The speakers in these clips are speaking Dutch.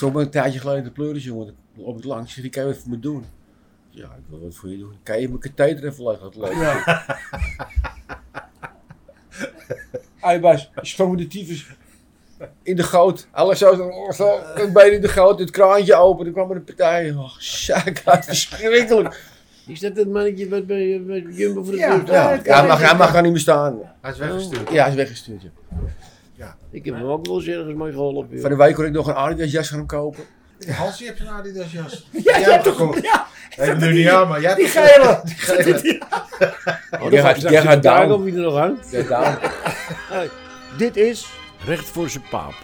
stond me een tijdje geleden de pleuris, jongen. Dan loop ik langs. Die kan je wat voor me doen. Ja, ik wil wat voor je doen. Kan je mijn katheter even laten leggen? Ja. Hij was, sprong met de tyfus in de goot. Alles zo, een been in de goot, het kraantje open. Dan kwam er een partij. Oh, shak, verschrikkelijk. Is dat het mannetje wat bij Jumbo voor de Ja, deur ja. staat? Hij mag daar niet meer staan. Hij is weggestuurd. Ja, hij is weggestuurd. Ja. Ja. Ik heb hem ook wel eens ergens mee geholpen. Van de week kon ik nog een Adidas jas gaan kopen. Hans, je hebt een Adidas jas. Ja, jij hebt toch... Ja, Hey, nu niet aan, maar jij die hebt gele. die gele. Jij gaat down. Of wie er nog hangt. Ja, down. Dit is Recht voor zijn paap.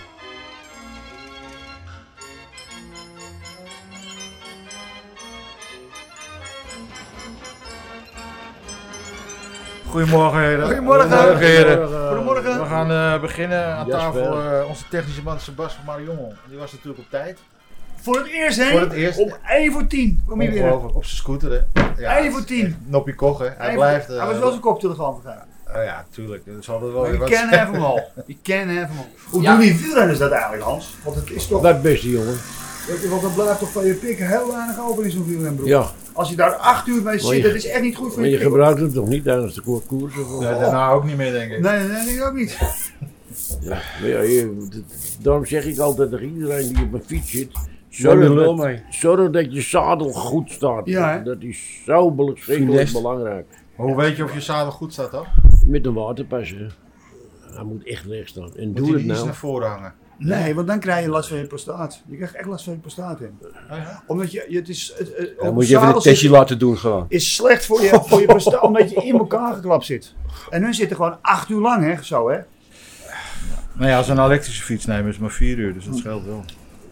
Goedemorgen, heren. Goedemorgen. heren. Goedemorgen. We gaan beginnen aan Ja, tafel. spel. Onze technische man Sebas van Marion. Die was natuurlijk op tijd. Voor het eerst, hè? Voor het eerst. Om 1 voor 10 kom je weer. Ongelooflijk. Op zijn scooter, hè. Ja, 1 voor 10. Noppie Koch, hè. Hij blijft... Hij was wel zijn koptelefoon vergeten. ja, tuurlijk. Dat zal er wel Maar weer die wat kennen hem al. Die kennen hem al. Hoe doen die wielrenners dat eigenlijk, Hans? Want het is toch... Dat beste jongen. Weet je, want dan blijft toch van je pikken heel weinig over in zo'n wielrenbroek. Ja, Als je daar 8 uur mee zit, dat is echt niet goed voor maar je je pikken. gebruikt het toch niet tijdens de koers? Of Nee, daarna ook niet meer, denk ik. Nee, ik ook niet. Ja, maar ja, daarom zeg ik altijd tegen iedereen die op een fiets zit. Zorg er wel mee. Zorg dat je zadel goed staat. Ja, hè? Dat is zo verschrikkelijk Finest. belangrijk. Maar hoe weet je of je zadel goed staat, dan? Met een waterpas. Hè. Hij moet echt recht staan. En Moet doe hij het niet eens nou. naar voren hangen? Nee, want dan krijg je last van je prostaat. Je krijgt echt last van je prostaat in. Oh, ja? Omdat je het is... Dan moet je even een testje laten doen gewoon. is slecht voor je prostaat, omdat je in elkaar geklapt zit. En hun zitten gewoon 8 uur lang, hè, zo, hè. Nou ja, als we een elektrische fiets nemen is het maar 4 uur, dus dat scheelt wel.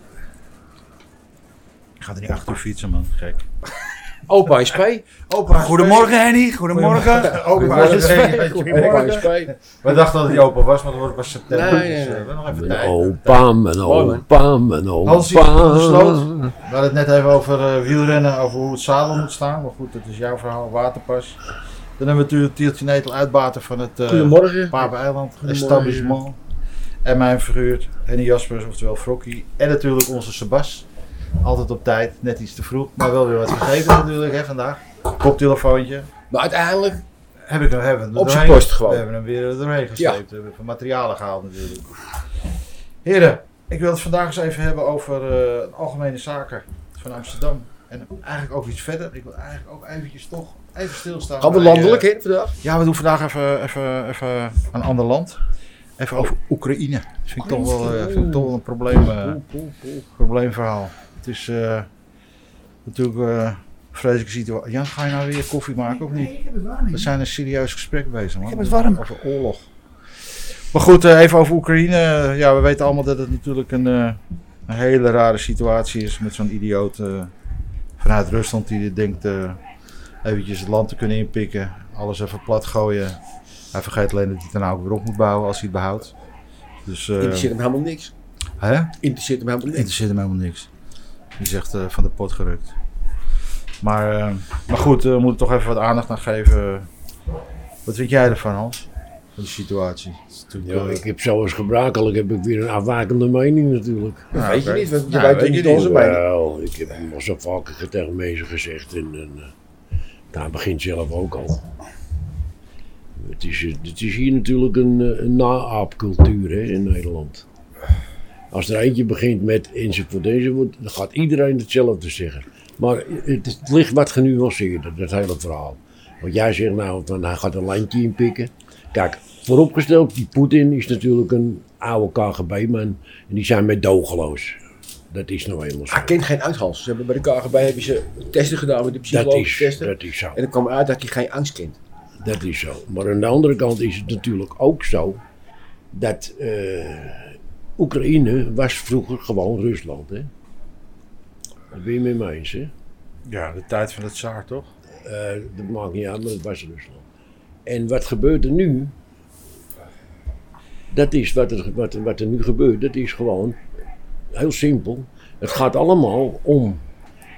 Ik ga er niet 8 uur fietsen, man. Gek. Opa is P. Goedemorgen, Henny. Goedemorgen. Goedemorgen. Goedemorgen. We dachten dat hij open was, maar dat wordt pas september. Nee, dus nee. we hebben nog even Een tijd. opa, een opa, een Hans zit opa. op de sloot. We hadden het net even over wielrennen, over hoe het zadel moet staan. Maar goed, dat is jouw verhaal, waterpas. Dan hebben we natuurlijk Tieltje Netel, uitbater van het Goedemorgen. Papeneiland Establishment. En mijn figuur, Henny Jaspers, oftewel Frokkie. En natuurlijk onze Sebas. Altijd op tijd, net iets te vroeg. Maar wel weer wat vergeten natuurlijk, hè, vandaag. Koptelefoontje. Maar uiteindelijk, Hebben we hem Op zijn doorheen- post gewoon. We hebben hem weer er doorheen gesleept. We hebben van materialen gehaald natuurlijk. Heren, ik wil het vandaag eens even hebben over algemene zaken van Amsterdam. En eigenlijk ook iets verder. Ik wil eigenlijk ook eventjes toch even stilstaan. gaan we bij, landelijk in vandaag? ja, we doen vandaag even een ander land. Even over Oekraïne. Dat vind ik toch wel een probleemverhaal. Het is natuurlijk een vreselijke situatie. Jan, ga je nou weer koffie maken of niet? Nee, ik heb het waar We niet. zijn een serieus gesprek bezig, man. Ik heb het warm. Over oorlog. Maar goed, even over Oekraïne. Ja, we weten allemaal dat het natuurlijk een hele rare situatie is met zo'n idioot vanuit Rusland die denkt eventjes het land te kunnen inpikken. Alles even plat gooien. Hij vergeet alleen dat hij het er nou ook weer op moet bouwen als hij het behoudt. Dus, Interesseert hem helemaal niks. hè? Interesseert hem helemaal niks. Interesseert hem helemaal niks. Die zegt van de pot gerukt. Maar goed, we moeten toch even wat aandacht aan geven. Wat vind jij ervan, Hans? Van die situatie? Het is natuurlijk, Ja, ik heb zoals gebruikelijk heb ik weer een afwijkende mening natuurlijk. Dat weet je oké. niet, want je Ja, weet weet niet je onze mening. Wel, ik heb hem al zo vaker tegen mensen gezegd en daar begint zelf ook al. Het is hier natuurlijk een na-aapcultuur hè, in Nederland. Als er eentje begint met enzovoort, dan gaat iedereen hetzelfde zeggen. Maar het ligt wat genuanceerder, dat hele verhaal. Want jij zegt nou, van, hij gaat een landje inpikken. Kijk, vooropgesteld, die Poetin is natuurlijk een oude KGB-man. En die zijn meedogenloos. Dat is nou eenmaal zo. Hij kent geen uithals. Ze hebben bij de KGB hebben ze testen gedaan met de psychologische testen. Dat is zo. En er kwam uit dat hij geen angst kent. Dat is zo. Maar aan de andere kant is het natuurlijk ook zo dat Oekraïne was vroeger gewoon Rusland. Hè? Dat ben je met mij eens, hè? ja, de tijd van het Tsaar, toch? Dat maakt niet uit, maar het was Rusland. En wat gebeurt er nu? Dat is wat er nu gebeurt. Dat is gewoon heel simpel. Het gaat allemaal om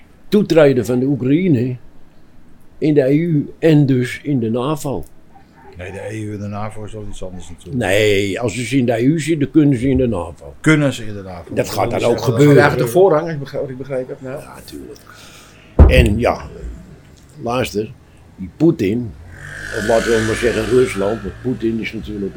toetreden van de Oekraïne in de EU en dus in de NAVO. Nee, de EU en de NAVO is wel iets anders natuurlijk. Nee, als ze in de EU zitten, dan kunnen ze in de NAVO. Kunnen ze in de NAVO. Dat gaat dan wil ook niet zeggen gebeuren. Ze krijgen toch voorrang, als ik begrepen heb. Nou. Ja, natuurlijk. En ja, luister, die Poetin, of laten we maar zeggen Rusland, want Poetin is natuurlijk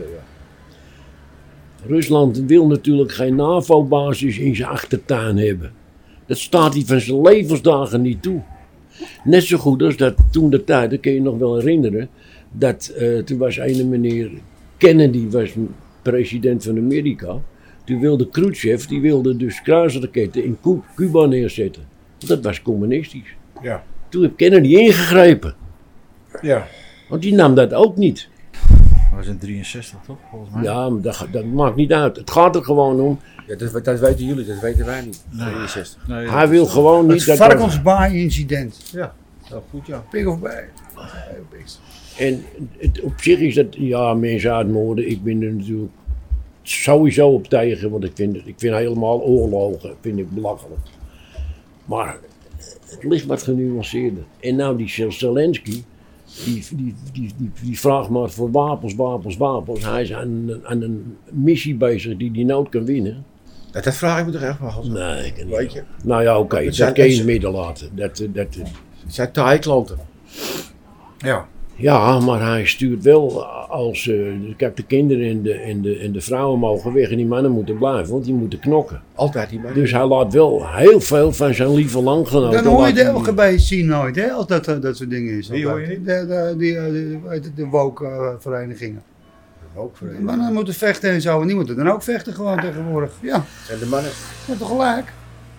Rusland wil natuurlijk geen NAVO-basis in zijn achtertuin hebben. Dat staat hij van zijn levensdagen niet toe. Net zo goed als dat toen de tijd, dat kun je nog wel herinneren, dat toen was een meneer Kennedy was president van Amerika. Toen wilde Khrushchev, die wilde dus kruisraketten in Cuba neerzetten. Dat was communistisch. Ja. Toen heeft Kennedy ingegrepen. Ja. Want die nam dat ook niet. Dat was in 63 toch, volgens mij? Ja, maar dat maakt niet uit. Het gaat er gewoon om. Ja, dat weten jullie, dat weten wij niet. 63. Nee, Hij wil gewoon niet Het dat... varkensbaai-incident. Ja, heel goed ja. Pik of bij. En op zich is dat... Ja, mensen uitmoorden. Ik ben er natuurlijk sowieso op tegen. Want ik vind helemaal oorlogen vind ik belachelijk. Maar het ligt wat genuanceerder. En nou die Zelensky... Die vraagt maar voor wapens. Hij is aan een missie bezig die hij nooit kan winnen. Dat vraag ik me toch echt wel af. Nee, ik kan niet. Weet je? Nou ja, oké, dat zijn- kan je in het midden laten. Het zijn taaie klanten. Ja. Ja, maar hij stuurt wel als... kijk, de kinderen en de vrouwen mogen weg en die mannen moeten blijven, want die moeten knokken. Altijd die man. Dus hij laat wel heel veel van zijn lieve landgenoten... Dan hoor je de laat hij- LGB zien nooit, hè? Als dat soort dingen is. Wie hoor je niet? De woke-verenigingen. Maar dan moeten vechten en zo. En die moeten dan ook vechten gewoon tegenwoordig. Ja, zijn de mannen. maar toch gelijk.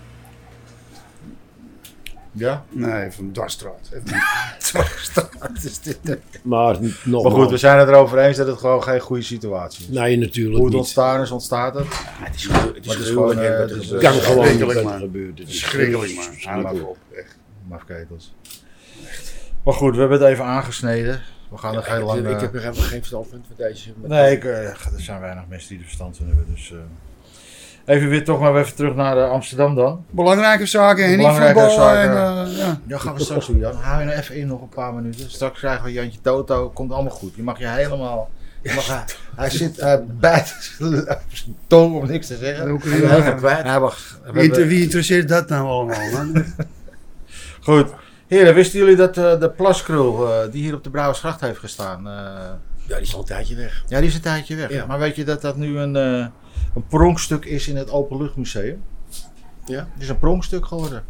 Ja? Nee, van Dwarsstraat. Dwarsstraat is dit. Maar Maar nogmaals, goed, we zijn het erover eens dat het gewoon geen goede situatie is. nee, natuurlijk Hoe het niet. ontstaan is, ontstaat het. Het is gewoon, Maar het is gewoon, het het is Kan gewoon niet Schrikkelijk, wat er man. gebeurt. Het is Schrikkelijk, man. Hou maar op. Echt. Mafketels. Maar goed, we hebben het even aangesneden. We gaan er geen lang... ik heb er helemaal geen verstand van deze. Nee, er zijn weinig mensen die er verstand van hebben. Dus, even weer toch maar even terug naar Amsterdam dan. Belangrijke zaken en niet Belangrijke voetbal. zaken. En, ja. Ja, gaan we straks doen, Jan. Hou je nou even in nog een paar minuten. Straks krijgen we Jantje Toto. Komt allemaal goed. Je mag je helemaal... hij zit bij zijn tong om niks te zeggen. Ook, Ik ben heel veel kwijt. Hij mag, we hebben- Wie interesseert dat nou allemaal, man? Goed. Heren, wisten jullie dat de plaskrul die hier op de Brouwersgracht heeft gestaan... Ja, die is al een tijdje weg. ja, die is een tijdje weg. Ja. Maar weet je dat dat nu een pronkstuk is in het Openluchtmuseum? Ja? Het is een pronkstuk geworden.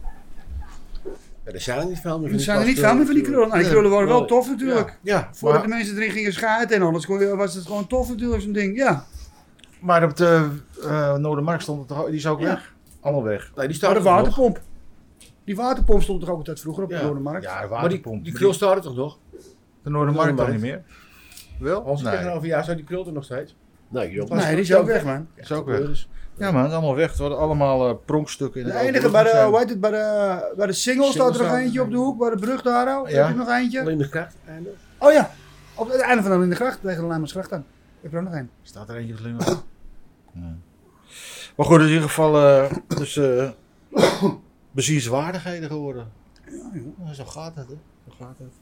Ja, er zijn er niet veel meer van. Er die zijn er niet plaskrullen veel meer van die krullen. Nou, die krullen waren wel Nee. tof natuurlijk. Ja, Voordat de mensen erin gingen schaten en alles, was het gewoon tof natuurlijk, zo'n ding. Ja. maar op de Noordermarkt stond het toch, die is ook Ja. weg. Allemaal weg. Nee, die Maar staat de er toch nog? waterpomp. Die waterpomp stond toch ook altijd vroeger op de Ja. Noordermarkt? Ja, de Maar waterpomp. die krul staat er toch nog? De Noordermarkt toch Noordermarkt. niet meer? Wel? Als ik Nee. tegenover jou zou die krul er nog steeds. Nee, joh. Nee, die is ook weg, man. Is ook weg. Ja man, allemaal weg. Het worden allemaal pronkstukken in De het enige bij de, Openluchtmuseum. hoe heet het, bij de Singel staat er nog staat- eentje op de hoek, bij de brug daar. Oh. Ja. Heb je nog eentje? Alleen de kracht. einde. Oh ja, op het einde van de Lindegracht, tegen de Lijmersgracht aan. Heb je er nog een? Staat er eentje slimmer? Nee. Maar goed, in ieder geval bezienswaardigheden geworden. Ja, zo gaat het, hè. Zo gaat het.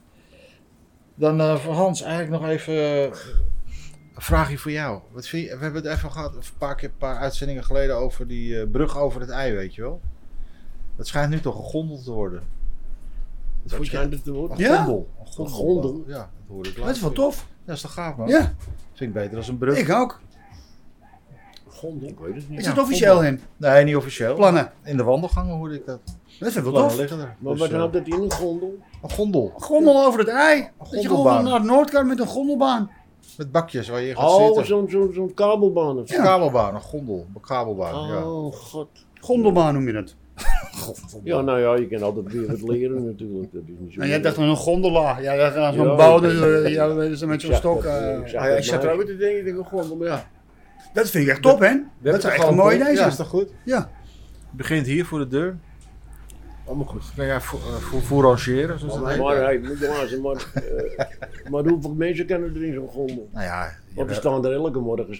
Dan voor Hans, eigenlijk nog even een vraagje voor jou. Wat vind je, we hebben het even gehad, een paar uitzendingen geleden over die brug over het ei, weet je wel. Dat schijnt nu toch een gondel te worden. Wat vond je- schijnt het te worden? Een Ja? gondel. Een gondel? Ja, dat hoorde ik Dat laatst is wel weer. tof. Ja, is toch gaaf, man? Ja, Vind ik beter als een brug. ik ook. Gondel, ik weet het niet. Is Ja, het officieel in? Nee, niet officieel. Plannen. In de wandelgangen hoorde ik dat. Dat vind ik wel Plannen tof. liggen er. Maar Dus, wat houdt dat in, een gondel? een gondel. Gondel over het ei. Dat je gewoon gondelbaan. naar het noord kan met een gondelbaan. Met bakjes waar je gaat Oh, zitten. zo'n kabelbaan of zo. Een kabelbaan, een gondel. Een kabelbaan, ja. Oh, god. Gondelbaan noem je dat. Ja, nou ja, je kan altijd weer wat leren natuurlijk. Dat is niet zo Nou, jij dacht aan een gondelaar. Ja, dat gaan zo'n Ja, bouw, ik- ja, met zo'n ik zag stok. dat, ik zag Ah, ja, ik dat zat er maar. ook te denken, ik denk, gewoon, maar ja. Dat vind ik echt top, hè? Dat het is echt gewoon een mooie top. idee. Ja, Ja, is toch goed? ja. Het begint hier voor de deur. Allemaal goed. Kan jij fourageren, zoals dat heet? Maar hij moet luisteren, maar hoeveel mensen kennen er in zo'n gondel? Nou ja, Want er staan er elke morgen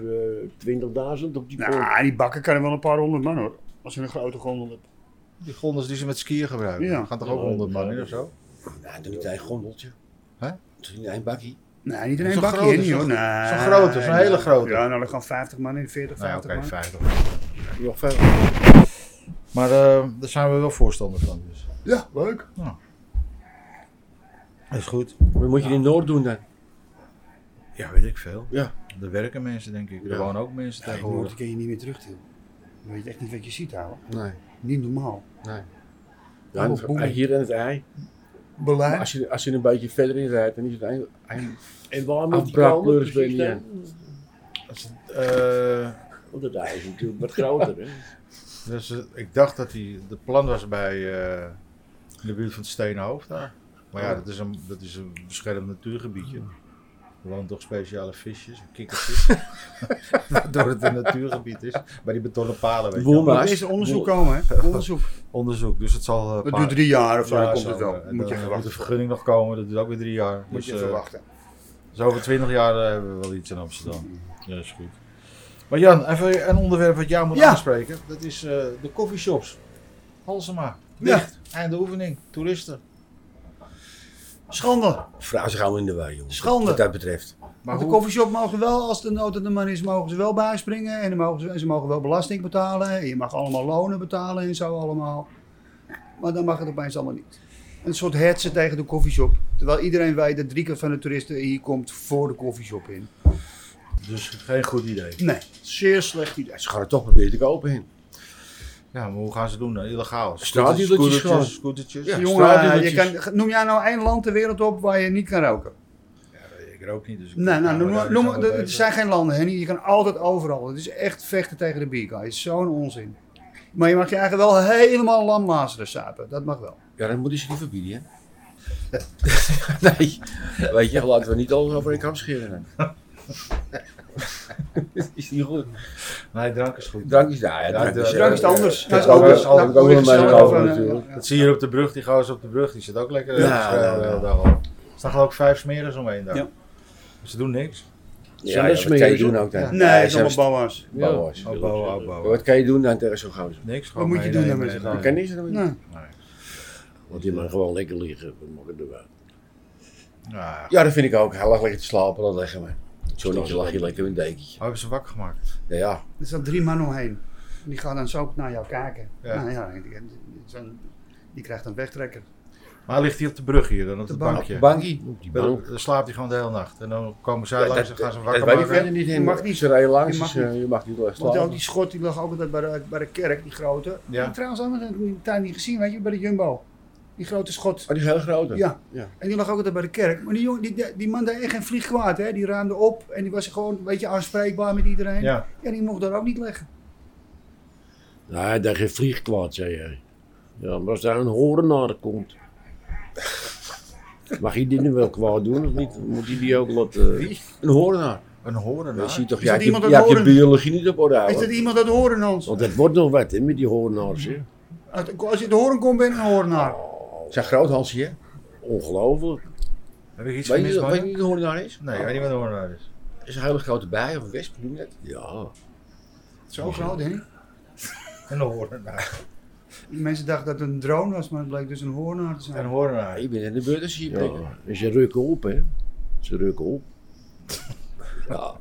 20.000 op die pomp. Nou, die bakken kan er wel een paar honderd man hoor. Als je een grote gondel hebt. die gondels die ze met skiën gebruiken. Ja. Er gaan toch ook 100 man in of zo? Ja, doe niet een gondeltje. Hè? Doe niet een bakkie. Nee, niet in één Zo'n bakje grote, in, joh. zo'n- Nee. zo'n grote, zo'n hele grote. Ja, nou dan gaan 50 man in, 40, Nou, 50 oké, man. 50. Nog veel. Maar daar zijn we wel voorstander van. Dus. Ja, leuk. Dat is goed. Wat moet je in Noord doen dan? Ja, weet ik veel. Ja. Er werken mensen, denk ik. Er Ja. wonen ook mensen Noord tegenwoordig. kun je niet meer terug, Til. Je weet echt niet wat je ziet, ouwe. Nee. Niet normaal. Nee. Ja, Ja, hier aan het ei. Maar Beleid. als je een beetje verder in rijdt, dan is het een En waar moet die afbraakpleurs komen? ben je Precies niet dan? aan. Want dat ei is natuurlijk wat groter, hè? Dus ik dacht dat de plan was bij in de buurt van het Steenhoofd daar. Maar ja, dat is een beschermd natuurgebiedje. Er wonen toch speciale visjes, kikkertjes. Waardoor het een natuurgebied is. Bij die betonnen palen, weet je wel. Er moet eerst een onderzoek komen, hè? Onderzoek. Dus het zal... Dat duurt 3 jaar of zo, dan komt zo, het wel. en Moet je dan moet verwachten. de vergunning nog komen, dat duurt ook weer 3 jaar. Moet je Dus, verwachten. dus over 20 jaar hebben we wel iets in Amsterdam. Ja, dat is goed. Maar Jan, even een onderwerp wat jou moet Ja. aanspreken. Dat is de coffeeshops. Halsema. Ja. Dicht. Einde oefening. Toeristen. Schande. Vrouw zich allemaal in de war, jongen. Schande. Wat dat betreft. Maar Want de hoe, koffieshop mogen wel, als de nood aan de man is, mogen ze wel bijspringen. En ze mogen wel belasting betalen. En je mag allemaal lonen betalen en zo allemaal. Maar dan mag het opeens allemaal niet. Een soort hetsen tegen de koffieshop. Terwijl iedereen weet dat 3/4 van de toeristen hier komt voor de koffieshop in. dus geen goed idee. Nee, zeer slecht idee. Ze gaan het toch proberen te kopen in. Ja, maar hoe gaan ze doen dan? Illegaal? Straatdealertjes gewoon. Scootertjes? Ja. Jongen, straatdealertjes. noem jij nou één land ter wereld op waar je niet kan roken? Ik rook niet, dus ik... Nee, nou, maar daar is noem, allemaal er bezig. zijn geen landen, Henny. Je kan altijd overal. Het is echt vechten tegen de bierkaai. Het is zo'n onzin. Maar je mag je eigenlijk wel helemaal lamlazeren suipen. Dat mag wel. Ja, dan moeten ze die verbieden, hè? Nee. Weet je, laten we niet alles over een kam scheren. Is niet goed. Nee, drank is goed. Drank is daar, ja. Ja, Drank is anders. Dat is Nou, ook anders. wel- Nou, ook wel hoor je een mening gezellig over van, natuurlijk. Dat zie je hier op de brug, die gozer op de brug, die zit ook lekker Ja, de hele dag al. Er staan geloof ik 5 smeren omheen daar. Ja. Ze doen niks. Ja, wat kan je doen ook dan? Nee, het is zelfs- allemaal boa's. Boa's. Wat Wat kan je doen dan tegen zo'n gozer? Niks. Wat moet je doen dan met zo'n Je gozer? kan niks doen. Nee. Want die mag gewoon lekker liggen. We mogen erbij. Ja, Ja, dat vind ik ook. Hij lag lekker te slapen, dan leggen we. Zonnetje lag je lekker in een dekentje. hebben ze wakker gemaakt? Ja, ja. Er staan 3 man omheen. Die gaan dan zo naar jou kijken. Ja. Nou ja, die krijgt een wegtrekker. Maar ligt hij op de brug hier dan, op De het bank. bankje? Bankie. Op die Dan, bank. dan slaapt hij gewoon de hele nacht. En dan komen zij Ja, langs en gaan ze wakker dat weet ik maken. verder niet in. Je mag niet. Ze rijden langs, Je mag dus je mag niet echt Want ook slapen. die schot die lag ook altijd bij de kerk, die grote. Ja. Die heb ik trouwens allemaal in de tuin niet gezien, weet je, bij de Jumbo. Die grote schot. Oh, die is heel grote. Ja. Ja. En die lag ook altijd bij de kerk. Maar die, jongen, die man deed echt geen vlieg kwaad, hè. Die ruimde op en die was gewoon een beetje aanspreekbaar met iedereen. Ja. Ja, die mocht daar ook niet leggen. Nee, dat geen vlieg kwaad, zei jij. Ja, maar als daar een horenaar komt. Mag je die nu wel kwaad doen of niet? Moet je die ook laten... Wie? Een horenaar. Een horen. Je ziet toch, Is jij dat hebt iemand je, uit jij hebt je Horen? biologie niet op orde Is houden. dat iemand uit Horen, Hans? Want het wordt nog wat, hè, met die horenaars, hè. Als je uit Horen komt, ben je een Horenaar. Zijn groot Hansje, hè? Ongelooflijk. Heb ik iets Weet gemist, je man? weet je wie een horenaar is? Nee, ik weet niet wat een horenaar is. Is een hele grote bij of een wesp, noem je dat? Ja. Zo groot, hè? Een horenaar. Die mensen dachten dat het een drone was, maar het bleek dus een Horenaar te zijn. Een horenaar. Je bent in de beurt als je hier prikken. Ja. En ze rukken op, hè. Ze rukken op. Ja.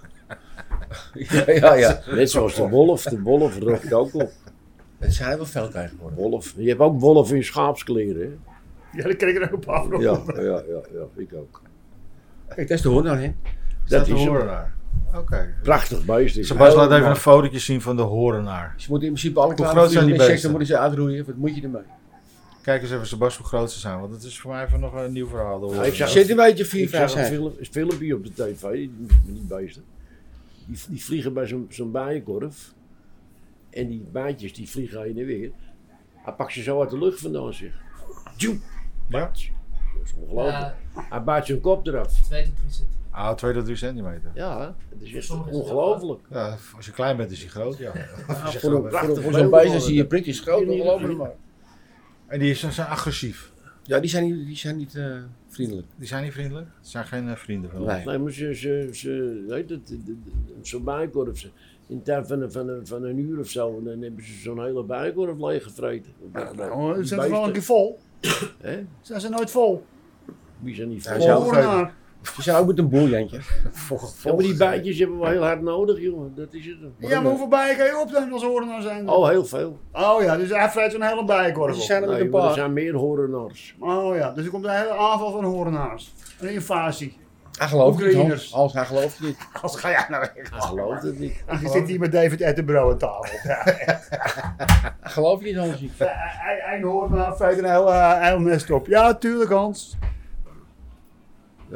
Ja. Net zoals de wolf. De wolf rukt ook op. Het zijn wel veel tegenwoordig. Wolf. Je hebt ook wolf in schaapskleren, hè. Ja, dat kreeg ik er ook op af. Ja, ik ook. Kijk, dat is de horenaar, hè? Dat is is een een horenaar. Oké. prachtig beest. is Sebas, laat heel even een mooi. fotootje zien van de horenaar. Ze moeten in principe alle Hoe groot zijn die insecten beesten? moeten ze uitroeien. Wat moet je ermee? Kijk eens even, Sebas, hoe groot ze zijn. Want het is voor mij even nog een nieuw verhaal. de Ja, horenaar. ik zag- Zit een beetje 4, Ik 5 zag zijn. een filmpje op de tv met die beesten. Die vliegen bij zo'n bijenkorf. En die bijtjes die vliegen heen en weer. Hij pakt ze zo uit de lucht vandaan, zeg. Tjoep. Ja? Dat is ongelooflijk. Hij baat zijn kop eraf. 2 tot 3 centimeter. Ah, 2 tot 3 centimeter. Ja, hè? Het is echt Sommige is het ongelooflijk. Ja, als je klein bent is hij groot, ja. Als je Voor groot bent. voor zo'n beest als je je prikt is groot, Niet ongelooflijk maar. En die zijn agressief. Ja, die zijn niet vriendelijk. Die zijn niet vriendelijk. Ze zijn geen vrienden van ons. Nee. Nee, maar ze weet het, zo'n bijenkorf. In de tijd van een uur of zo, en dan hebben ze zo'n hele bijenkorf leeggevreten. Oh, Die zijn ze wel een beesten- keer vol? Hè? Zijn ze nooit vol? Wie zijn niet Ja, vol? ze Vol houden Horenaar. Ze zijn ook met een boel, Jantje. Ja, maar die bijtjes hebben we heel hard nodig, jongen. Dat is het. Ja, maar hoeveel bijen kan je op dan als horenaar zijn? Oh, heel veel. Oh ja, dus hij vreet zo'n hele bijenkorf Ze op. zijn er met Nee, een maar er paar. zijn meer horenaars. Oh ja, dus er komt een hele aanval van horenaars. Een invasie. Hij gelooft niet, Oekraïners. Hans, hij gelooft niet. Als ga jij nou weg? Ik geloof het niet. Je zit hier met David Attenborough aan tafel. Ja. Hij gelooft niet, Hansje. Een horenaar vreet een heel nest op. Ja, tuurlijk Hans. Ja,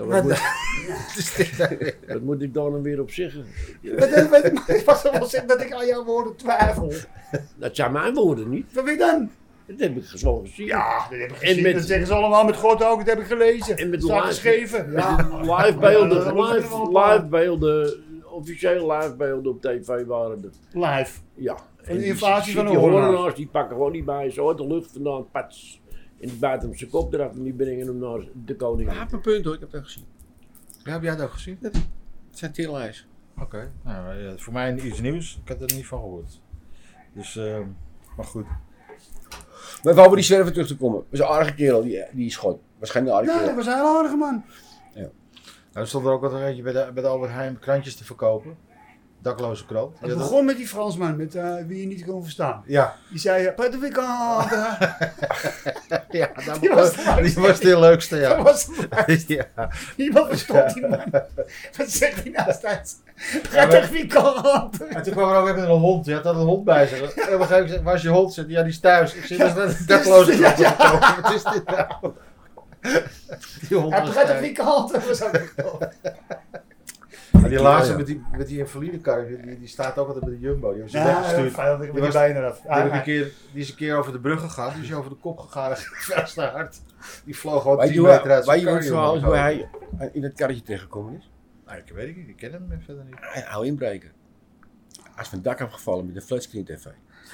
wat moet ik daar dan weer op zeggen? Ik was er wel zeggen dat ik aan jouw woorden twijfel. Dat zijn mijn woorden niet. Van wie dan? Dat heb ik gewoon gezien. Ja, dat heb ik gezien. met- Dat zeggen ze allemaal met God ook. Dat heb ik gelezen. En met Staat live- geschreven. Ja. Live beelden, Ja, dat is wel een paar. live beelden, officieel live beelden op tv waren er. Live. Ja. Een invasie van de de horenaars. horenaars, die pakken gewoon niet bij, zo uit de lucht vandaan, pats. En die buiten op zijn kop eraf en die brengen hem naar de koning. Hij heeft een punt hoor, ik heb dat gezien. Ja, heb jij het ook gezien? Het zijn tillerijs. Oké. Nou, ja, voor mij iets nieuws. Ik had er niet van gehoord. Dus, maar goed. Maar even over die zwerver terug te komen. Dat is een aardige kerel, die schot. Waarschijnlijk een aardige Ja, dat kerel. was een heel aardige man. Nou, er stond er ook altijd eentje bij de Albert Heijn krantjes te verkopen. Dakloze krant. Het begon met die Fransman, met wie je niet kon verstaan. Ja, Die zei, Peter Wikant. ja Die was die was de leukste, Dat ja. was ja. niemand verstond die man. Wat zegt hij nou steeds? Peter Wikant. En toen kwam er ook even een hond. Die had altijd een hond bij zich. En op een gegeven moment zei, waar is je hond? Zit, ja, die is thuis. Ik zeg, dat is een dakloze krant. Wat is dit nou? Die hond Hij was Peter thuis. Wikant. Dat was ook echt tof. Maar die laatste Ja. met die invalide kar, die staat ook altijd bij de Jumbo. Die was Ja, weggestuurd. fijn dat ik Die met was- die benen eraf. Die is een keer over de brug gegaan. Die is over de kop gegaan en ging vast te hard. Die vloog gewoon Weet 10 je meter uit hoe zijn kar. het verhaal is hoe hij in het karretje tegengekomen is? Nou, ik weet het niet. Ik ken hem verder niet. Hij wou inbreken. Hij is van het dak afgevallen met een flatscreen tv.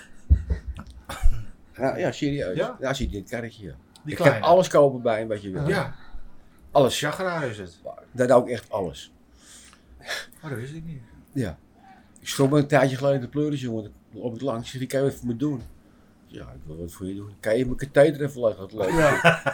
Ja, serieus. Ja? Ja, zit in het karretje. Ja. Die Ik kleine. heb alles kopen bij hem wat je wil. Ja, Alles. Chagra is het. Dat ook echt alles. Oh, dat wist ik niet. Ja. Ik schrok me een tijdje geleden de pleuris, jongen. Op het langs. Ik zeg, kan je wat voor me doen? Ja, ik wil wat voor je doen. Kan je mijn katheter even leggen? Dat leuk. Ja.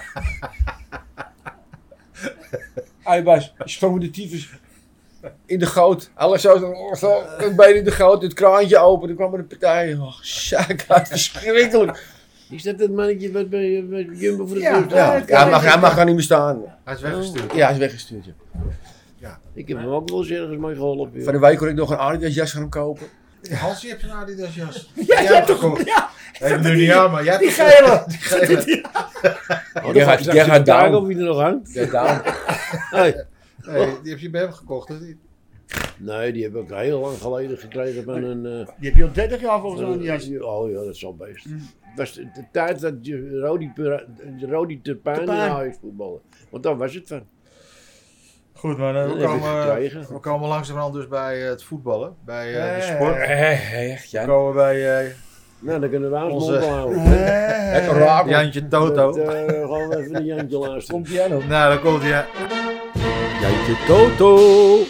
Hij was, ik schrok me de tyfus in de goot. Alles zo, een been in de goot, het kraantje open. Er kwam er een partij. Oh, shak, verschrikkelijk. Is dat het mannetje wat bij Jumbo voor de Ja. deur Ja, staat? hij mag daar niet meer staan. Hij is weggestuurd. Ja, hij is weggestuurd. Ja. Ik heb hem ook wel eens ergens mee geholpen. joh. Van de week kon ik nog een Adidas jas gaan kopen. Hans, je hebt een Adidas jas. Ja, Jij jij hebt toch? gekocht. Ja, Even nu niet aan, maar jij hebt die gekocht. gele. Die gele. Oh, Jij gaat- jij gaat down. of hij er nog hangt. Ja, daar. Hey. Nee, die heb je bij hem gekocht, of niet? Nee, die heb ik heel lang geleden gekregen van een... Die heb je al 30 jaar volgens mij aan die jas. Oh ja, dat zal best. Het was de tijd dat Rodi Turpijn in Turpijn. huis voetballen. Want daar was het van. Goed, maar Dat heb ik gekregen. we komen langzamerhand dus bij het voetballen. Bij de Hey. sport. Echt, We ja. komen bij Nou, dan kunnen we ons Onze- mond wel houden. Het orakel. Jantje Toto. Gewoon even een Jantje luisteren. Komt die aan ook? Nou, dan komt hij. Jantje Toto.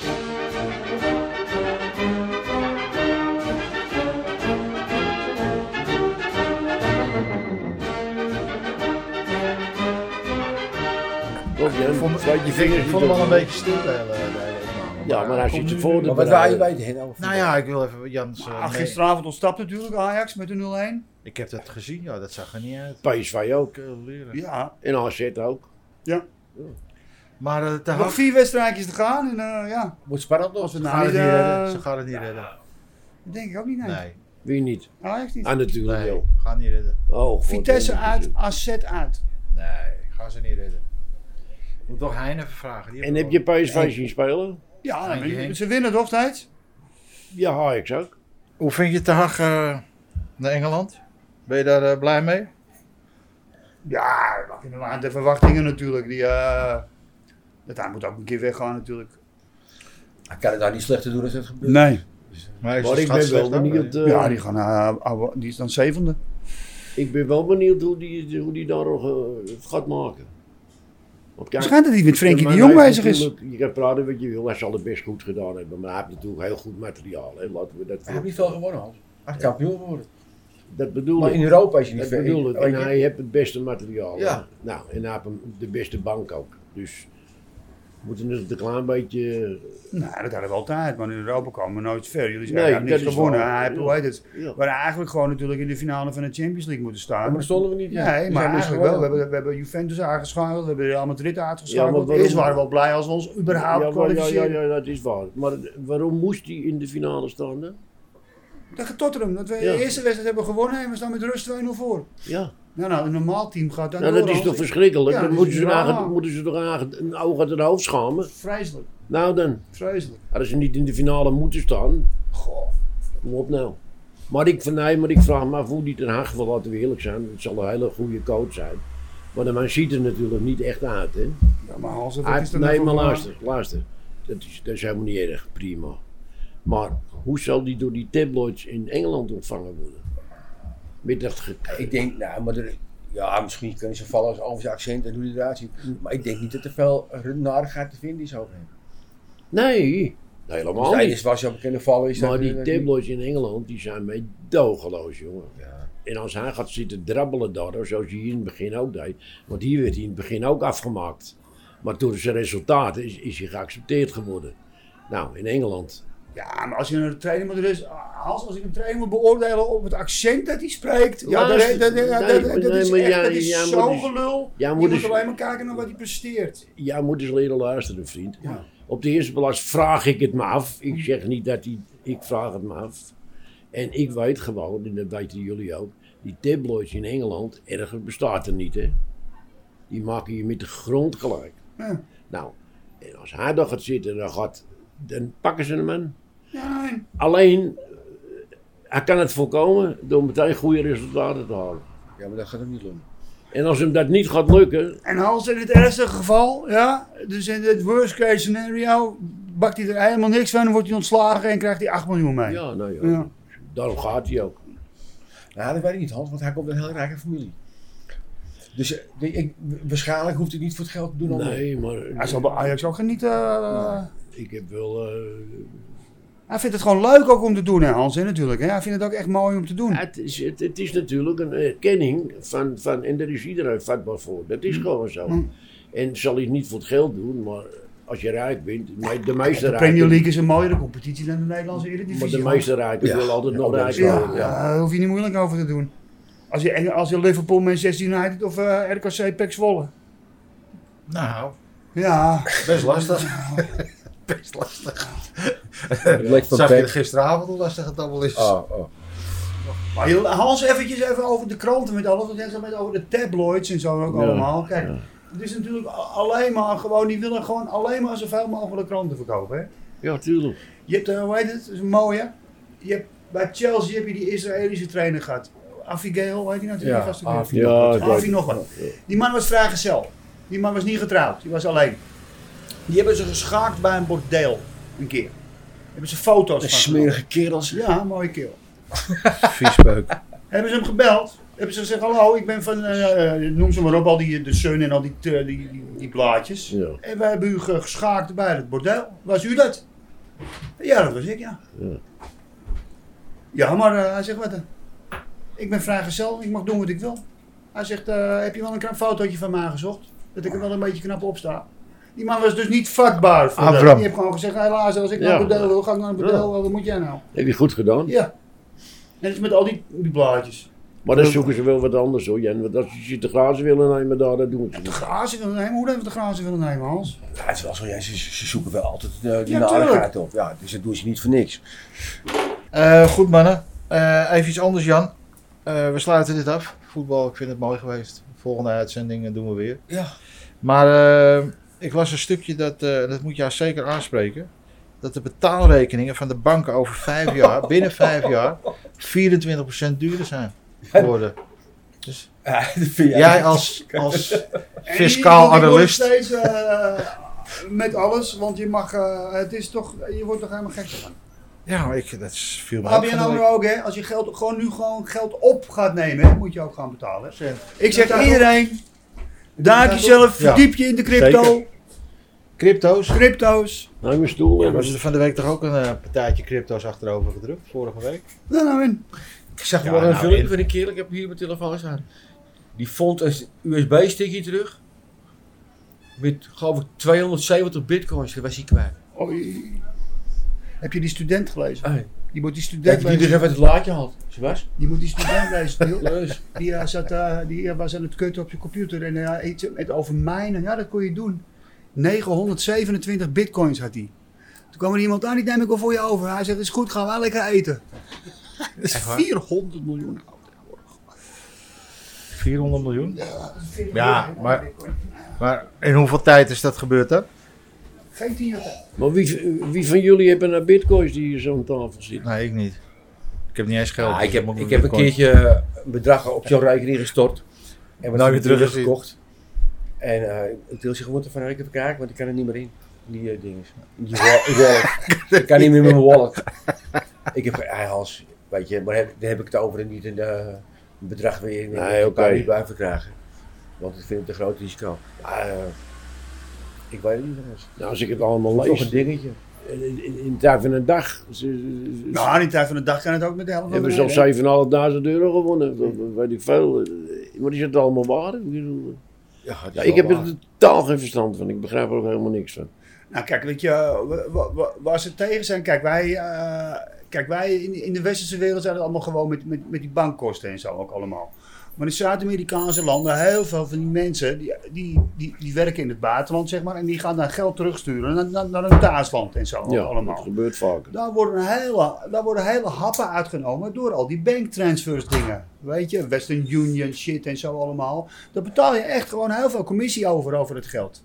Klopt, Jan. Sluit je vingers Ik vond hem al een niet op. beetje stil de hele opname. Ja, maar hij zit ervoor. Maar wat wij weten, hè? Nou, Nou ja, ik wil even Jans... nee. Gisteravond ontstapt natuurlijk Ajax met de 0-1. Ik heb dat gezien, ja, dat zag er niet uit. PSV ook. Leren. Ja. En AZ ook. Maar te Nog hard 4 wedstrijdjes te gaan. En ja, wordt spannend als nog. we ze nou gaan niet... het niet redden. Ze gaan het niet redden. dat denk ik ook niet, nee. Nee, Wie niet? Ajax niet. Ah, natuurlijk nee, wel. gaan niet redden. Oh, God, Vitesse dat is uit, het. AZ uit. Nee, gaan ze niet redden. Moet toch Hein even vragen. Die En heeft heb je wel- PSV zien spelen? Ja, Eindje heen. ze winnen toch steeds? Ja, Ajax ook. Hoe vind je Ten Hag naar Engeland? Ben je daar blij mee? Ja, inderdaad, de verwachtingen natuurlijk. Dat hij moet ook een keer weggaan natuurlijk. Hij kan het daar niet slechter doen als het gebeurt. Nee. Maar Maar ik ben wel benieuwd. Ja, die is dan zevende. Ik ben wel benieuwd hoe die daar nog het gaat maken. Want kijk, Schijnt dat hij met Frenkie de man Jong heeft bezig is. natuurlijk- Je kan praten wat je wil, hij zal het best goed gedaan hebben. Maar hij heeft natuurlijk heel goed materiaal. Hè. Laten we dat, Hij heeft niet veel gewonnen, Hans. Hij is kampioen geworden. dat bedoel Maar ik. in Europa is hij niet Dat ver. bedoel ik. Weet En je? hij heeft het beste materiaal. Ja. Nou, en hij heeft de beste bank ook. Dus Moeten het een klein beetje... Nou, dat hadden we altijd, maar in Europa komen we nooit ver. Jullie Nee, zeggen, hij heeft niks dat is gewonnen. waar. Hij heeft, Ja. hoe heet het? Ja. We hadden eigenlijk gewoon natuurlijk in de finale van de Champions League moeten staan. Ja, maar daar stonden we niet. Ja. Nee, Die maar zijn dus eigenlijk wel. gewonnen. We hebben Juventus uitgeschakeld, we hebben Real Madrid Ja, uitgeschakeld. maar waarom- Eerst waren we wel blij als we ons überhaupt Ja, kwalificeren. dat is waar. Maar waarom moest hij in de finale staan dan? Tegen Tottenham, dat we Ja. de eerste wedstrijd hebben gewonnen en we staan met rust 2-0 voor. Ja, Nou, een normaal team gaat dan nou, door, dat is Hans. toch verschrikkelijk? Ja, Dan dat moeten is ze, raar. moeten ze toch eigenlijk een oog uit het hoofd schamen? Vreselijk, Nou dan, vreselijk. hadden ze niet in de finale moeten staan. Goh. Kom op nou. Maar ik vraag me af hoe die ten Hag, laten we eerlijk zijn. Het zal een hele goede coach zijn. Maar de man ziet er natuurlijk niet echt uit, hè? Ja, maar Hans, dat Hij- is dan nee, ook maar wel- luister. Dat is helemaal niet erg, prima. Maar hoe zal die door die tabloids in Engeland ontvangen worden? Met dat Ik denk, nou, maar ja, misschien kunnen ze vallen als over zijn accent en hoe hij eruit ziet. Maar ik denk niet dat er veel narigheid te vinden is over hem. Nee, helemaal Het niet. enige waar ze op kunnen vallen is Maar dat... die tabloids in Engeland, die zijn meedogenloos, jongen. Ja. En als hij gaat zitten drabbelen daar, zoals hij in het begin ook deed. Want hier werd hij in het begin ook afgemaakt. Maar door zijn resultaten is hij geaccepteerd geworden. Nou, in Engeland. Ja, maar als je een trainer moet, als je een trainer moet beoordelen op het accent dat hij spreekt, ja, Luister, dat nee, is maar echt, ja, dat is ja, zo'n moet dus- gelul. ja, Je moet moet dus- alleen maar kijken naar wat hij presteert. Jij moet eens leren luisteren, vriend. Ja. Op de eerste plaats vraag ik het me af. Ik zeg niet dat ik vraag het me af. En ik weet gewoon, en dat weten jullie ook, die tabloids in Engeland, erger bestaat er niet, hè. Die maken je met de grond gelijk. Ja. Nou, en als hij daar gaat zitten, dan pakken ze hem aan. Ja, nee. Alleen, hij kan het voorkomen door meteen goede resultaten te halen. Ja, maar dat gaat hem niet lukken. En als hem dat niet gaat lukken, En Hans, in het ergste geval, ja, dus in het worst case scenario, bakt hij er helemaal niks van, dan wordt hij ontslagen en krijgt hij 8 miljoen mee. ja, nou ja, Ja. daarom gaat hij ook. Nou, dat weet ik niet, Hans, want hij komt uit een heel rijke familie. Dus waarschijnlijk hoeft hij niet voor het geld te doen. Nee, maar Hij zal bij Ajax ook genieten. ik heb wel... Hij vindt het gewoon leuk ook om te doen, hè, Hans, hè, natuurlijk. Hè? Hij vindt het ook echt mooi om te doen. Het is natuurlijk een erkenning van... En daar is iedereen vatbaar voor. Dat is gewoon zo. En zal hij het niet voor het geld doen, maar als je rijk bent... De meeste De rijken... Premier League is een mooiere competitie dan de Nederlandse Eredivisie. Maar de Hans. meeste rijken Ja. willen altijd nog Ja, dat is rijker waar. worden. Ja, daar hoef je niet moeilijk over te doen. Als je Liverpool, Manchester United of RKC PEC Zwolle. Nou, Ja, best lastig. Best lastig. Het leek van Zag je Peck. gisteravond hoe lastig het allemaal is? Oh. maar Hans, eventjes even over de kranten met alles. Want jij zei met over de tabloids en zo ook Ja, allemaal. Kijk, ja. het is natuurlijk alleen maar gewoon, die willen gewoon alleen maar zoveel mogelijk kranten verkopen. Hè? Ja, tuurlijk. Je hebt, hoe heet het? Dat is mooi hè? Je hebt, bij Chelsea heb je die Israëlische trainer gehad. Avigail, hoe heet die natuurlijk? Ja, Gasten? Avi. Ja, Avi nog wat. Die man was vrijgezel. Die man was niet getrouwd. Die was alleen. Die hebben ze geschaakt bij een bordeel. Een keer. Hebben ze foto's Een van smerige kerels. genomen. Ja, een mooie kerel. Viespeuk. Hebben ze hem gebeld. Hebben ze gezegd, hallo, ik ben van, noem ze maar op, al die de Sun en al die blaadjes. Ja. En wij hebben u geschaakt bij het bordeel. Was u dat? Ja, dat was ik, ja. Ja. Ja, maar hij zegt, wat dan? Ik ben vrijgezel, ik mag doen wat ik wil. Hij zegt, heb je wel een knap fotootje van mij gezocht? Dat ik er wel een beetje knap op sta. Die man was dus niet vatbaar voor dat. Avram. Die heeft gewoon gezegd, helaas, als ik naar Ja. een bordeel wil, ga ik naar een bordeel. Ja. Wat moet jij nou? Heb je goed gedaan. Ja. En dat is met al die blaadjes. Maar dan zoeken ze wel wat anders hoor, Jan. Want als je de glazen willen nemen daar, dat doen ze De niet. grazen willen nemen? Hoe hebben we de grazen willen nemen, Hans? Ja, het is wel zo, ja, ze zoeken wel altijd die Ja, narigheid op. Ja, dus dat doen ze niet voor niks. Goed mannen. Even iets anders Jan. We sluiten dit af. Voetbal, ik vind het mooi geweest. Volgende uitzending doen we weer. Ja. Maar ik las een stukje dat moet jou zeker aanspreken. Dat de betaalrekeningen van de banken over 5 jaar, binnen 5 jaar, 24% duurder zijn geworden. Dus Ja, dat vind jij als En fiscaal die wordt analist. steeds met alles, want je mag, het is toch, je wordt toch helemaal gek van. Ja, maar dat viel me op ABN van de AMRO week. ook, hè? Als je geld, gewoon geld op gaat nemen, hè, moet je ook gaan betalen. Ik zeg Ja, iedereen, duik jezelf, Ja. verdiep je in de crypto, Zeker. Crypto's. crypto's. Neem een stoel Ja, en maar ze van de week toch ook een partijtje crypto's achterover gedrukt, vorige week. Nou in. Ik zag Ja, wel een nou, filmpje in- van een kerel, ik heb hier mijn telefoon staan. Die vond een USB-stickje terug. Met, geloof ik, 270 bitcoins, dat was hij kwijt. Heb je die student gelezen? Hey. Die moet die Dat student die dus lezen. even het laadje had. Sebas? Die moet die student lezen. Tiel. Leus. Die was aan het kutten op je computer en iets over mijnen. Ja, dat kon je doen. 927 bitcoins had hij. Toen kwam er iemand aan, die neem ik wel voor je over. Hij zegt, is goed, gaan we lekker eten. Dat is 400 miljoen. 400 miljoen? Ja, Ja, maar in hoeveel tijd is dat gebeurd dan? geen 10 jaar tijd. Maar wie van jullie hebben nou bitcoins die hier zo aan tafel zitten? Nee, ik niet. Ik heb niet eens geld. Ja, dus ik heb moet een keertje een bedrag op jouw rekening gestort. En wat Nou, heb weer je teruggezien. gekocht. En ik wil zeggen, moet er van even kijken, want ik kan er niet meer in. Die dingen. Die wallet. Ik kan niet meer met mijn wallet. Ik heb hals, weet je, maar daar heb ik het over en niet een bedrag weer in. Nee, oké. Niet bij verkrijgen. Want ik vind het een groot risico. Ik weet het niet eens. Nou, als ik het allemaal Toch lees. een dingetje. In de tijd van een dag. Nou, aan die tijd van de dag kan het ook met de helft van de Hebben ze reden. al 7.500 euro gewonnen. Dat weet ik veel. Maar is het allemaal waar? Ik bedoel, Ja, het is ja, ik wel heb waar. er totaal geen verstand van. Ik begrijp er ook helemaal niks van. Nou, kijk, weet je, waar ze tegen zijn, kijk, wij in de westerse wereld zijn het allemaal gewoon met die bankkosten en zo ook allemaal. Maar in Zuid-Amerikaanse landen, heel veel van die mensen, die werken in het buitenland, zeg maar, en die gaan dan geld terugsturen naar hun thuisland en zo Ja, allemaal. dat gebeurt vaker. Daar worden hele happen uitgenomen door al die banktransfers dingen. Weet je, Western Union shit en zo allemaal. Daar betaal je echt gewoon heel veel commissie over het geld.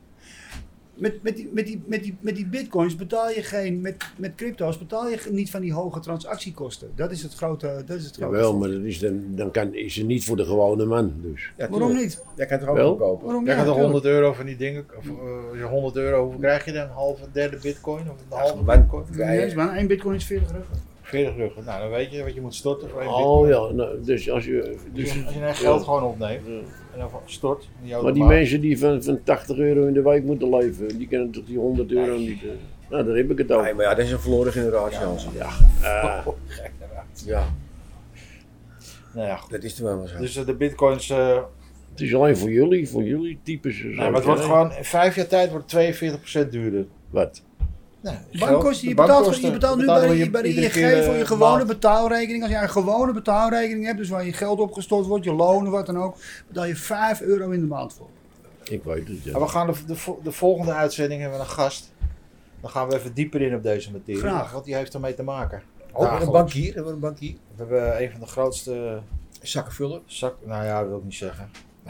Met die bitcoins betaal je geen, met crypto's betaal je niet van die hoge transactiekosten. Dat is het grote. Jawel, maar dat is is het niet voor de gewone man. Dus. Ja, Waarom tuurlijk. niet? Jij kan het er ook Wel? voor kopen. Waarom Krijg je toch tuurlijk. 100 euro van die dingen? Of als je 100 euro, hoeveel krijg je dan? Een halve, derde bitcoin? Of een halve maar- bitcoin? Nee, is maar 1 bitcoin is 40 euro. 40 ruggen. Nou, dan weet je wat je moet storten voor één Oh bitcoin. ja, nou, dus als je. Dus als je net geld gewoon opneemt Ja. en dan stort. in jouw Maar die automaat. mensen die van 80 euro in de week moeten leven, die kunnen toch die 100 euro niet. Nou, daar heb ik het over. Nee, maar ja, dat is een verloren generatie, Hans. Ja, Ja, Nou ja, goed. dat is toch wel zo. Dus de bitcoins. het is alleen voor jullie types. Nee, maar het wordt gewoon in 5 jaar tijd wordt 42% duurder. Wat? Nee, Bankkosten, je betaalt nu bij de ING voor je gewone betaalrekening. Als je een gewone betaalrekening hebt, dus waar je geld opgestort wordt, je lonen, wat dan ook, betaal je 5 euro in de maand voor. Ik weet het. Ja. Maar we gaan de volgende uitzending hebben we een gast. Dan gaan we even dieper in op deze materie. Graag. Want die heeft ermee te maken. Ook een Dagelijks. bankier, hebben we een bankier. We hebben een van de grootste Zakken vullen. nou ja, dat wil ik niet zeggen.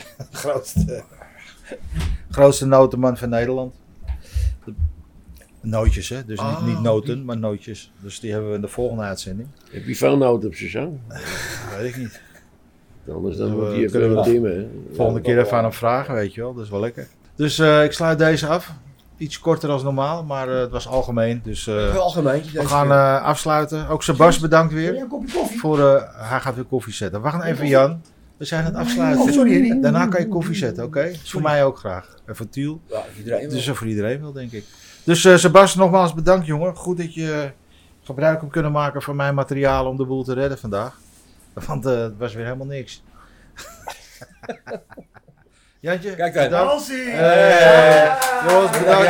grootste notenman van Nederland. Nootjes, hè? Dus niet noten, maar nootjes. Dus die hebben we in de volgende uitzending. Heb je veel noten op zijn zang? Dat weet ik niet. Anders dan We moet hij kunnen even we dimmen. Hè. Volgende keer even aan hem vragen, weet je wel. Dat is wel lekker. Dus ik sluit deze af. Iets korter dan normaal, maar het was algemeen. Dus Algemeen. we gaan afsluiten. Ook Sebas bedankt Wil je weer. een kopje koffie? Hij gaat weer koffie zetten. Wacht even Jan. We zijn aan het afsluiten. Oh, sorry, Eddie. Daarna kan je koffie zetten, oké? Voor mij ook graag. En voor Tiel. Ja, iedereen wel. Dus voor iedereen wel, denk ik. Dus Sebas, nogmaals bedankt, jongen. Goed dat je gebruik hebt kunnen maken van mijn materiaal om de boel te redden vandaag. Want het was weer helemaal niks. Jantje, Kijk daar. bedankt. Halsie! Jongens, bedankt.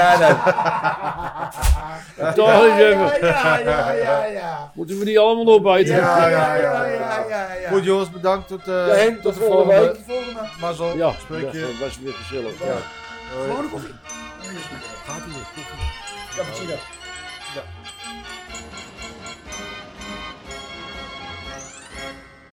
Toch eens even. Ja. Moeten we die allemaal opeten? Ja. Goed jongens, bedankt. Tot Hen, tot de volgende week. Volgende. Mazzel. Ja, Spreek dat je. was weer gezellig. Ja. Ja. Hoi. Gewone koffie. Gaat hij weer? Cappuccino.